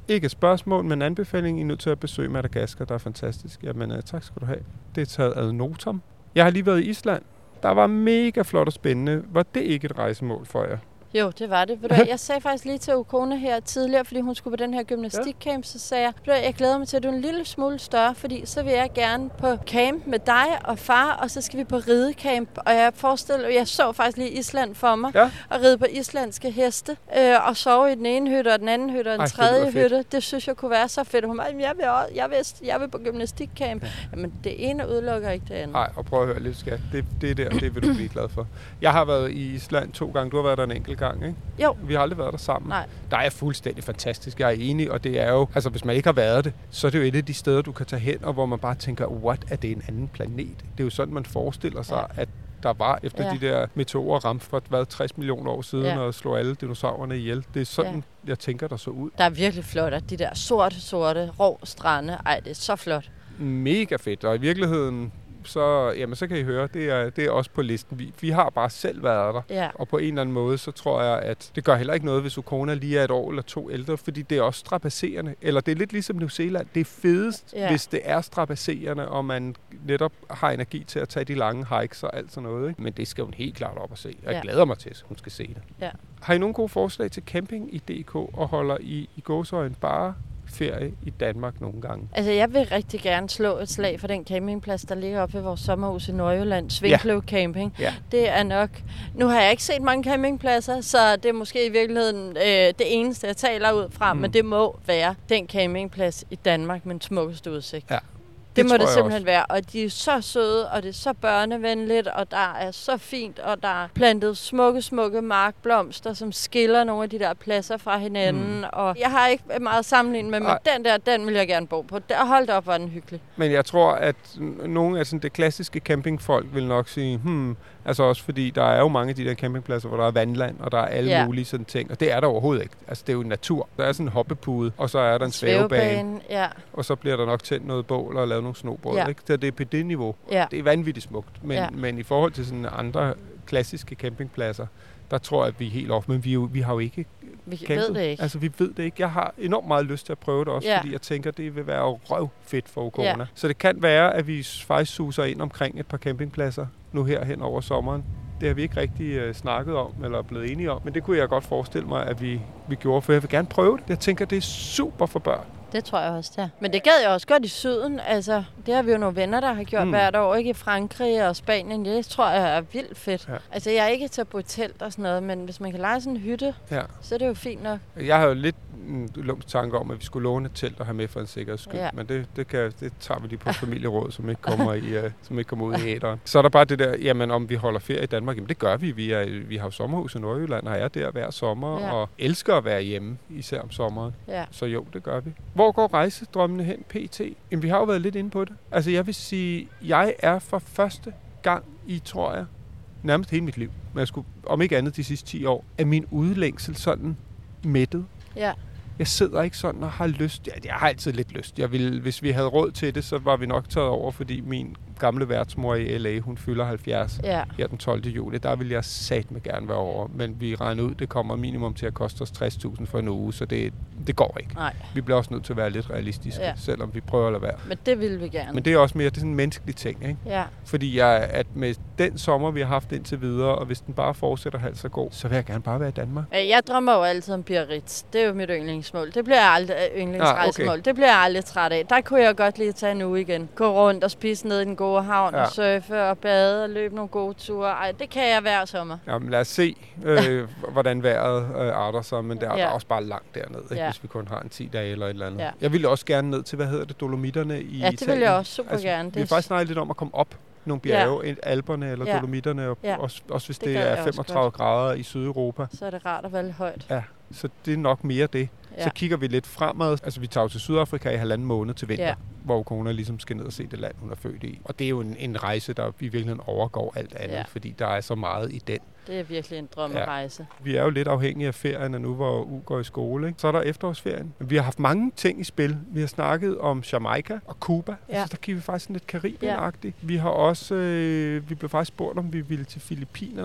Speaker 2: Ikke et spørgsmål, men en anbefaling. I er nødt til at besøge Madagaskar, der er fantastisk. Jamen, tak skal du have. Det er taget ad notam. Jeg har lige været i Island. Der var mega flot og spændende. Var det ikke et rejsemål for jer?
Speaker 3: Jo, det var det. Jeg sagde faktisk lige til Ukona her tidligere, fordi hun skulle på den her gymnastikcamp, så sagde jeg glæder mig til, at du er en lille smule større, fordi så vil jeg gerne på camp med dig og far, og så skal vi på ridecamp. Og jeg så faktisk lige Island for mig, og ride på islandske heste, og sove i den ene hytte, og den anden hytte, og den tredje hytte. Det synes jeg kunne være så fedt. Hun var, jeg vil på gymnastikcamp. Ja. Jamen, det ene udelukker ikke det andet.
Speaker 2: Nej, og prøv at høre lidt, skat. Det vil du blive glad for. Jeg har været i Island 2 gange. Du har været der en enkelt gang, ikke?
Speaker 3: Jo.
Speaker 2: Vi har aldrig været der sammen.
Speaker 3: Nej.
Speaker 2: Der er fuldstændig fantastisk. Jeg er enig, og det er jo, altså hvis man ikke har været det, så er det jo et af de steder, du kan tage hen, og hvor man bare tænker, what, er det en anden planet? Det er jo sådan, man forestiller sig, at der var efter de der meteorer ramte for 60 millioner år siden og slog alle dinosaurerne ihjel. Det er sådan, jeg tænker, der så ud.
Speaker 3: Der er virkelig flot, at de der sorte, rå strande, det er så flot.
Speaker 2: Mega fedt, og i virkeligheden så kan I høre, det er også på listen. Vi har bare selv været der, og på en eller anden måde, så tror jeg, at det gør heller ikke noget, hvis Ukona lige er 1 år eller 2 ældre, fordi det er også strapasserende. Eller det er lidt ligesom New Zealand. Det er fedest, hvis det er strapasserende, og man netop har energi til at tage de lange hikes og alt sådan noget. Ikke? Men det skal hun helt klart op og se. Jeg glæder mig til, at hun skal se det. Ja. Har I nogle gode forslag til camping i DK, og holder I gåseøjne bare ferie i Danmark nogle gange?
Speaker 3: Altså, jeg vil rigtig gerne slå et slag for den campingplads, der ligger oppe ved vores sommerhus i Nordjylland, Svinkløv Camping. Ja. Det er nok... Nu har jeg ikke set mange campingpladser, så det er måske i virkeligheden det eneste, jeg taler ud fra, men det må være den campingplads i Danmark med den smukkeste udsigt. Ja. Det må det simpelthen være, og de er så søde, og det er så børnevenligt, og der er så fint, og der er plantet smukke markblomster, som skiller nogle af de der pladser fra hinanden, og jeg har ikke meget sammenlignet med, men den vil jeg gerne bo på. Hold op, var den hyggelig. Men
Speaker 2: jeg tror, at nogle af sådan det klassiske campingfolk vil nok sige, altså også fordi der er jo mange af de der campingpladser, hvor der er vandland, og der er alle mulige sådan ting, og det er der overhovedet ikke. Altså det er jo natur. Der er sådan en hoppepude, og så er der en svævebane, og så bliver der nok tændt noget bål og lavet nogle snobrød, ikke? Så det er på det niveau. Ja. Det er vanvittigt smukt. Men i forhold til sådan andre klassiske campingpladser, der tror jeg, at vi er helt off. Men vi har jo ikke campet.
Speaker 3: Ved det ikke.
Speaker 2: Altså, vi ved det ikke. Jeg har enormt meget lyst til at prøve det også, fordi jeg tænker, det vil være røvfedt for Ukona. Ja. Så det kan være, at vi faktisk suser ind omkring et par campingpladser nu her hen over sommeren. Det har vi ikke rigtig snakket om, eller blevet enige om. Men det kunne jeg godt forestille mig, at vi gjorde, for jeg vil gerne prøve det. Jeg tænker, det er super for børn.
Speaker 3: Det tror jeg også, det er. Men det gad jeg også godt i syden. Altså, det har vi jo nogle venner, der har gjort hvert år, ikke? I Frankrig og Spanien. Det tror jeg er vildt fedt. Ja. Altså, jeg er ikke til at bo i telt og sådan noget, men hvis man kan leje sådan en hytte, så er det jo fint nok. Jeg
Speaker 2: har jo lidt en lumsk tanke om, at vi skulle låne et telt og have med for en sikkerheds skyld. Ja. Men det tager vi lige på familieråd, som ikke kommer ud i æteren. Så er der bare det der, jamen om vi holder ferie i Danmark, jamen det gør vi. Vi har jo sommerhus i Nordjylland, og er der hver sommer, og elsker at være hjemme, især om sommeren. Ja. Så jo, det gør vi. Hvor går rejsedrømmene hen, pt? Jamen, vi har jo været lidt inde på det. Altså, jeg vil sige, jeg er for første gang i, tror jeg, nærmest hele mit liv, men jeg skulle, om ikke andet de sidste 10 år, er min udlængsel sådan mættet. Ja. Jeg sidder ikke sådan og har lyst. Ja, jeg har altid lidt lyst. Hvis vi havde råd til det, så var vi nok taget over, fordi min gamle værtsmor i LA, hun fylder 70 her den 12. juli. Der vil jeg satme gerne være over. Men vi regner ud, det kommer minimum til at koste os 60.000 for en uge, så det går ikke. Nej. Vi bliver også nødt til at være lidt realistiske, selvom vi prøver at lade være.
Speaker 3: Men det vil vi gerne.
Speaker 2: Men det er også mere, det er sådan en menneskelig ting, ikke? Ja. Fordi at med den sommer, vi har haft indtil videre, og hvis den bare fortsætter halvt så god, så vil jeg gerne bare være i Danmark.
Speaker 3: Jeg drømmer jo altid om Biarritz. Det er jo mit yndlingsmål. Det bliver aldrig yndlingsrejsemål. Okay. Det bliver jeg aldrig træt af. Der kunne jeg godt lige tage en uge igen. Gå rundt og spise ned i den gode havn og surfe og bade og løbe nogle gode ture. Ej, det kan jeg hver sommer.
Speaker 2: Jamen lad os se, hvordan vejret arter sig, men der er også bare langt dernede, ikke? Hvis vi kun har en 10 dage eller et eller andet. Ja. Jeg ville også gerne ned til, Dolomitterne i Italien.
Speaker 3: Ja, det vil jeg også super gerne.
Speaker 2: Vi har faktisk snakket lidt om at komme op nogle bjerge, Alperne eller Dolomitterne, også hvis det er 35 grader i Sydeuropa.
Speaker 3: Så er det rart at være lidt højt.
Speaker 2: Ja, så det er nok mere det. Ja. Så kigger vi lidt fremad. Altså vi tager jo til Sydafrika i 1,5 måned til vinter, hvor Ukona ligesom skal ned og se det land, hun er født i. Og det er jo en rejse, der i virkeligheden overgår alt andet, fordi der er så meget i den.
Speaker 3: Det er virkelig en drømmerejse. Ja.
Speaker 2: Vi er jo lidt afhængige af ferierne nu, hvor U går i skole, ikke? Så er der efterårsferien. Vi har haft mange ting i spil. Vi har snakket om Jamaica og Cuba. Ja. Altså, der kigger vi faktisk lidt Karibien-agtigt. Vi har også, vi blev faktisk spurgt, om vi ville til Filippinerne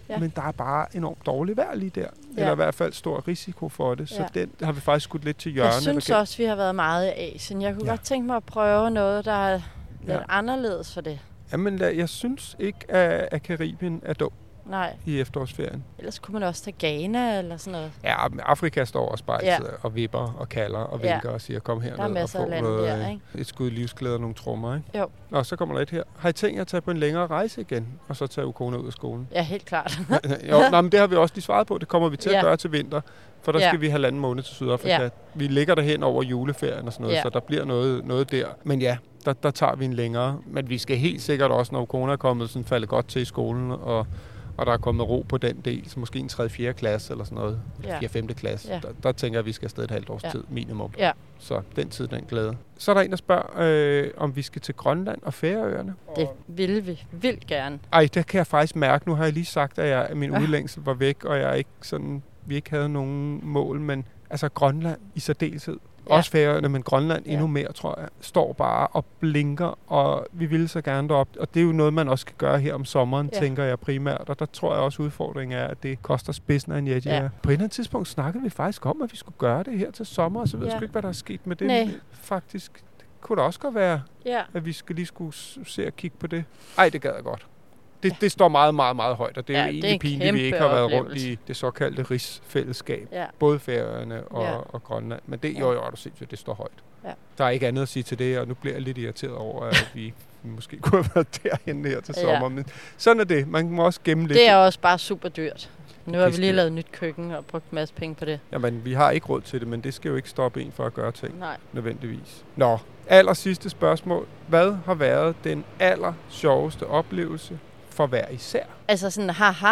Speaker 2: men der er bare enormt dårligt vejr lige der. Eller i hvert fald stor risiko for det. Så den har vi faktisk skudt lidt til hjørne.
Speaker 3: Jeg synes også, vi har været meget i Asien. Jeg kunne godt tænke mig at prøve noget, der er lidt anderledes for det.
Speaker 2: Jamen, jeg synes ikke, at Karibien er dum.
Speaker 3: Nej.
Speaker 2: I efterårsferien.
Speaker 3: Ellers kunne man også tage Ghana eller sådan noget.
Speaker 2: Ja, Afrika står også bare og vipper og kalder og vinker og siger, kom herned og få noget, et skud livsglæde og nogle trommer, ikke?
Speaker 3: Jo.
Speaker 2: Og så kommer der et her. Har I tænkt jer at tage på en længere rejse igen, og så tage Ukona ud af skolen?
Speaker 3: Ja, helt klart.
Speaker 2: Men det har vi også lige svaret på. Det kommer vi til at gøre til vinter, for der skal vi 1,5 måned til Sydafrika. Ja. Vi ligger derhen over juleferien og sådan noget, så der bliver noget der. Men ja, der tager vi en længere. Men vi skal helt sikkert også, når Ukona er kommet, sådan falde godt til i skolen, og der er kommet ro på den del, så måske en 3.-4. klasse eller sådan noget, 4.-5. klasse. Ja. Der tænker jeg, at vi skal afsted et halvt års tid minimum. Ja. Så den tid, den glæde. Så er der en, der spørger, om vi skal til Grønland og Færøerne.
Speaker 3: Det vil vi vildt gerne.
Speaker 2: Ej, det kan jeg faktisk mærke. Nu har jeg lige sagt, at min udlængsel var væk, og vi ikke havde nogen mål, men altså Grønland i særdeleshed. Også Færøerne, men Grønland endnu mere, tror jeg, står bare og blinker, og vi vil så gerne derop. Og det er jo noget, man også skal gøre her om sommeren, tænker jeg primært. Og der tror jeg også, udfordringen er, at det koster spidsen af en jet. Ja. På et eller andet tidspunkt snakkede vi faktisk om, at vi skulle gøre det her til sommer, og så ved jeg sgu ikke, hvad der er sket med det. Nej. Faktisk, det kunne da også godt være, at vi lige skulle se og kigge på det. Ej, det gad jeg godt. Det står meget, meget, meget højt, og det er jo egentlig pinligt, at vi ikke har været rundt i det såkaldte rigsfællesskab. Ja. Både Færøerne og Grønland. Men det du sindssygt, det står højt. Ja. Der er ikke andet at sige til det, og nu bliver jeg lidt irriteret over, at vi måske kunne have været derhenne her til sommer. Men sådan er det. Man må også gemme lidt.
Speaker 3: Det er også bare super dyrt. Nu har vi lige lavet nyt køkken og brugt en masse penge på det.
Speaker 2: Jamen, vi har ikke råd til det, men det skal jo ikke stoppe en for at gøre ting. Nej. Nødvendigvis. Nå, aller sidste spørgsmål. Hvad har været den aller sjoveste oplevelse for hver især?
Speaker 3: Altså sådan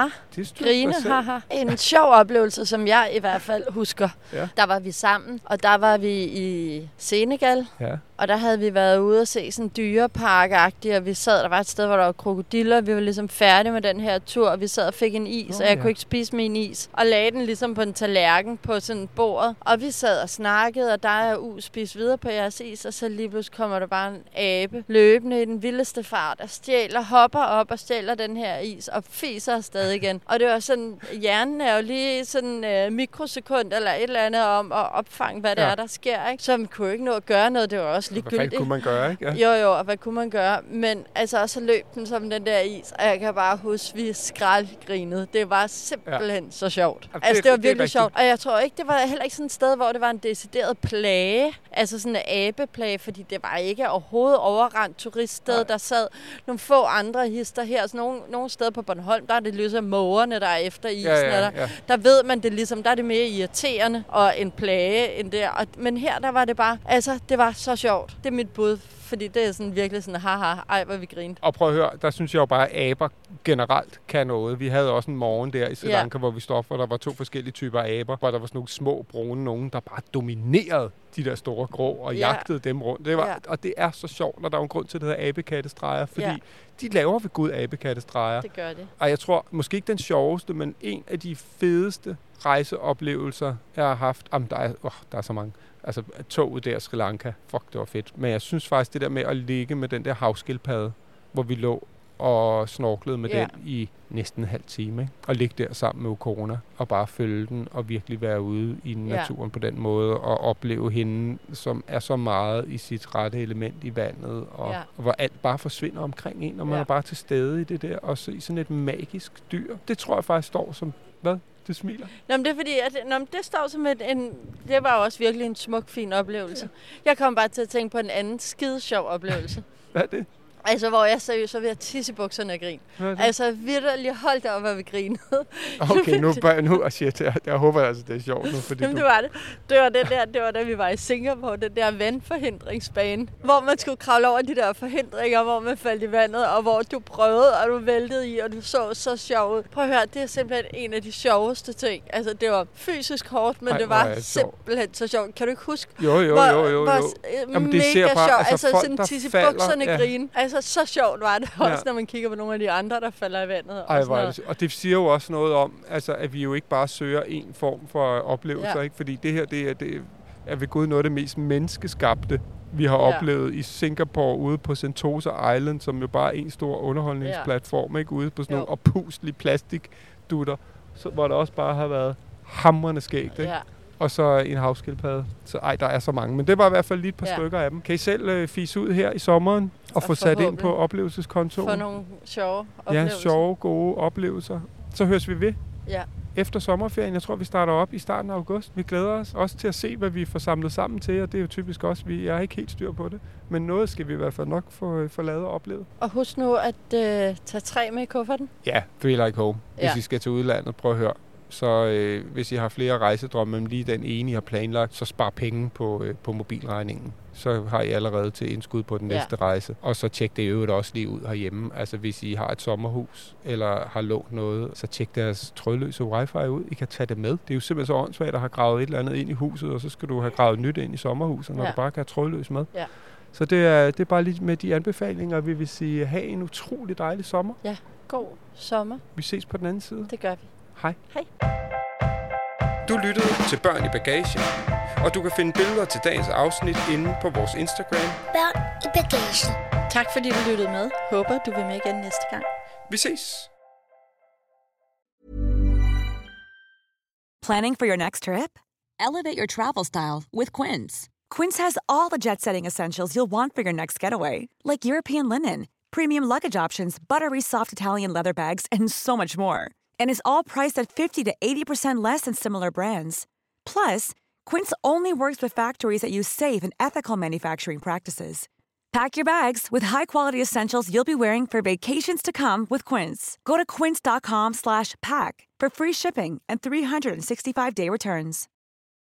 Speaker 3: grine, En sjov oplevelse, som jeg i hvert fald husker. Ja. Der var vi sammen, og der var vi i Senegal. Ja. Og der havde vi været ude og se sådan dyrepark-agtigt, og der var et sted, hvor der var krokodiller. Vi var ligesom færdige med den her tur, og vi sad og fik en is, og jeg kunne ikke spise min is. Og lagde den ligesom på en tallerken på sådan bordet. Og vi sad og snakkede, og der er spist videre på jeres is, og så lige pludselig kommer der bare en abe løbende i den vildeste fart og hopper op og stjæler den her is, og fiser afsted igen. Og det var sådan, hjernen er jo lige sådan mikrosekund eller et eller andet om at opfange, hvad det er, der sker, ikke? Så man kunne ikke nå at gøre noget, det var også ligegyldigt.
Speaker 2: Hvad kunne man gøre, ikke? Ja.
Speaker 3: Jo, og hvad kunne man gøre? Men altså, så løb den som den der is, og jeg kan bare huske, vi skraldgrinede. Det var simpelthen så sjovt. Altså, det var virkelig sjovt. Og jeg tror ikke, det var heller ikke sådan et sted, hvor det var en decideret plage, altså sådan en abeplage, fordi det var ikke overhovedet overrendt turiststed. Der sad nogle få andre hister her, sådan nogle steder på Bornholm, der er det ligesom mågerne, der er efter isen. Der ved man det ligesom, der er det mere irriterende og en plage end det. Men her, der var det bare, altså, det var så sjovt. Det er mit bud, fordi det er sådan virkelig sådan, ej, hvor vi grinte.
Speaker 2: Og prøv at høre, der synes jeg jo bare, at aber generelt kan noget. Vi havde også en morgen der i Sri Lanka, hvor vi stod for, der var 2 forskellige typer aber, hvor der var sådan nogle små, brune nogen, der bare dominerede de der store grå og jagtede dem rundt. Det var, og det er så sjovt, når der er en grund til, at det hedder abekattestreger, fordi de laver ved Gud abekattestreger.
Speaker 3: Det gør det.
Speaker 2: Og jeg tror, måske ikke den sjoveste, men en af de fedeste rejseoplevelser, jeg har haft. Der er så mange. Altså toget der i Sri Lanka. Fuck, det var fedt. Men jeg synes faktisk, det der med at ligge med den der havskildpadde, hvor vi lå og snorklede med den i næsten en halv time, ikke? Og ligge der sammen med Ukona og bare følge den og virkelig være ude i naturen på den måde og opleve hende, som er så meget i sit rette element i vandet og hvor alt bare forsvinder omkring en, og man er bare til stede i det der og se sådan et magisk dyr. Det tror jeg faktisk står som, hvad? Det smiler.
Speaker 3: Nå, men det er fordi, det står som det var også virkelig en smuk, fin oplevelse. Ja. Jeg kom bare til at tænke på en anden skide sjov oplevelse.
Speaker 2: Hvad er det?
Speaker 3: Altså, hvor jeg seriøst var ved at tisse i bukserne og grine. Altså, virkelig holdt op, hvor vi grinede.
Speaker 2: Okay, nu jeg håber altså, det er sjovt nu. Fordi
Speaker 3: jamen, det var det. Det var da vi var i Singapore, den der vandforhindringsbane, hvor man skulle kravle over de der forhindringer, hvor man faldt i vandet, og hvor du prøvede, og du væltede i, og du så sjov ud. Prøv at høre, det er simpelthen en af de sjoveste ting. Altså, det var fysisk hårdt, men det var simpelthen så sjovt. Kan du ikke huske?
Speaker 2: Jo.
Speaker 3: Jamen, det ser bare, sjovt. Altså sådan tisse i bukserne grine. Altså, så sjovt var det også, når man kigger på nogle af de andre, der falder i vandet.
Speaker 2: Og det siger jo også noget om, altså, at vi jo ikke bare søger en form for oplevelser, ikke? Fordi det her, det er ved Gud noget af det mest menneskeskabte, vi har oplevet i Singapore ude på Sentosa Island, som jo bare er en stor underholdningsplatform, ikke? Ude på sådan nogle opuslige plastik dutter, hvor der også bare har været hamrende skægt, ikke?
Speaker 3: Ja.
Speaker 2: Og så en havskildpadde. Så der er så mange. Men det var i hvert fald lige et par stykker af dem. Kan I selv fise ud her i sommeren og få sat ind på oplevelseskontoen?
Speaker 3: For nogle sjove oplevelser.
Speaker 2: Ja, sjove, gode oplevelser. Så høres vi ved.
Speaker 3: Ja.
Speaker 2: Efter sommerferien. Jeg tror, vi starter op i starten af august. Vi glæder os også til at se, hvad vi får samlet sammen til, og det er jo typisk også, jeg er ikke helt styr på det. Men noget skal vi i hvert fald nok få lavet og oplevet.
Speaker 3: Og husk nu at tage træ med i kufferten.
Speaker 2: Ja, feel like home. Hvis I skal til udlandet, prøv at høre. Så hvis I har flere rejsedrømme, men lige den ene, I har planlagt, så spar penge på mobilregningen. Så har I allerede til indskud på den næste rejse. Og så tjek det i øvrigt også lige ud herhjemme. Altså hvis I har et sommerhus, eller har lånt noget, så tjek deres trådløse wifi ud. I kan tage det med. Det er jo simpelthen så åndssvagt at have gravet et eller andet ind i huset, og så skal du have gravet nyt ind i sommerhuset, når du bare kan have trådløs med. Ja. Så det er bare lige med de anbefalinger, vi vil sige, have en utrolig dejlig sommer.
Speaker 3: Ja, god sommer.
Speaker 2: Vi ses på den anden side.
Speaker 3: Det gør vi.
Speaker 2: Hej.
Speaker 3: Hej.
Speaker 2: Du lyttede til Børn i bagagen, og du kan finde billeder til dagens afsnit inde på vores Instagram.
Speaker 4: Børn i bagagen.
Speaker 3: Tak fordi du lyttede med. Håber du vil med igen næste gang.
Speaker 2: Vi ses.
Speaker 6: Planning for your next trip? Elevate your travel style with Quince. Quince has all the jet-setting essentials you'll want for your next getaway, like European linen, premium luggage options, buttery soft Italian leather bags, and so much more. And is all priced at 50 to 80% less than similar brands. Plus, Quince only works with factories that use safe and ethical manufacturing practices. Pack your bags with high-quality essentials you'll be wearing for vacations to come with Quince. Go to quince.com/pack for free shipping and 365-day returns.